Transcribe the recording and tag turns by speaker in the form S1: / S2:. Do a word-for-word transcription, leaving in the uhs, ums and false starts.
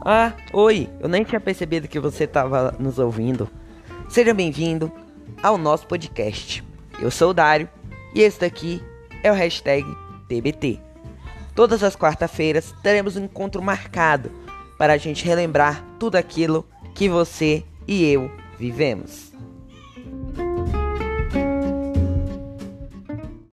S1: Ah, oi, eu nem tinha percebido que você estava nos ouvindo. Seja bem-vindo ao nosso podcast. Eu sou o Dário e esse daqui é o hashtag T B T. Todas as quarta-feiras teremos um encontro marcado para a gente relembrar tudo aquilo que você e eu vivemos.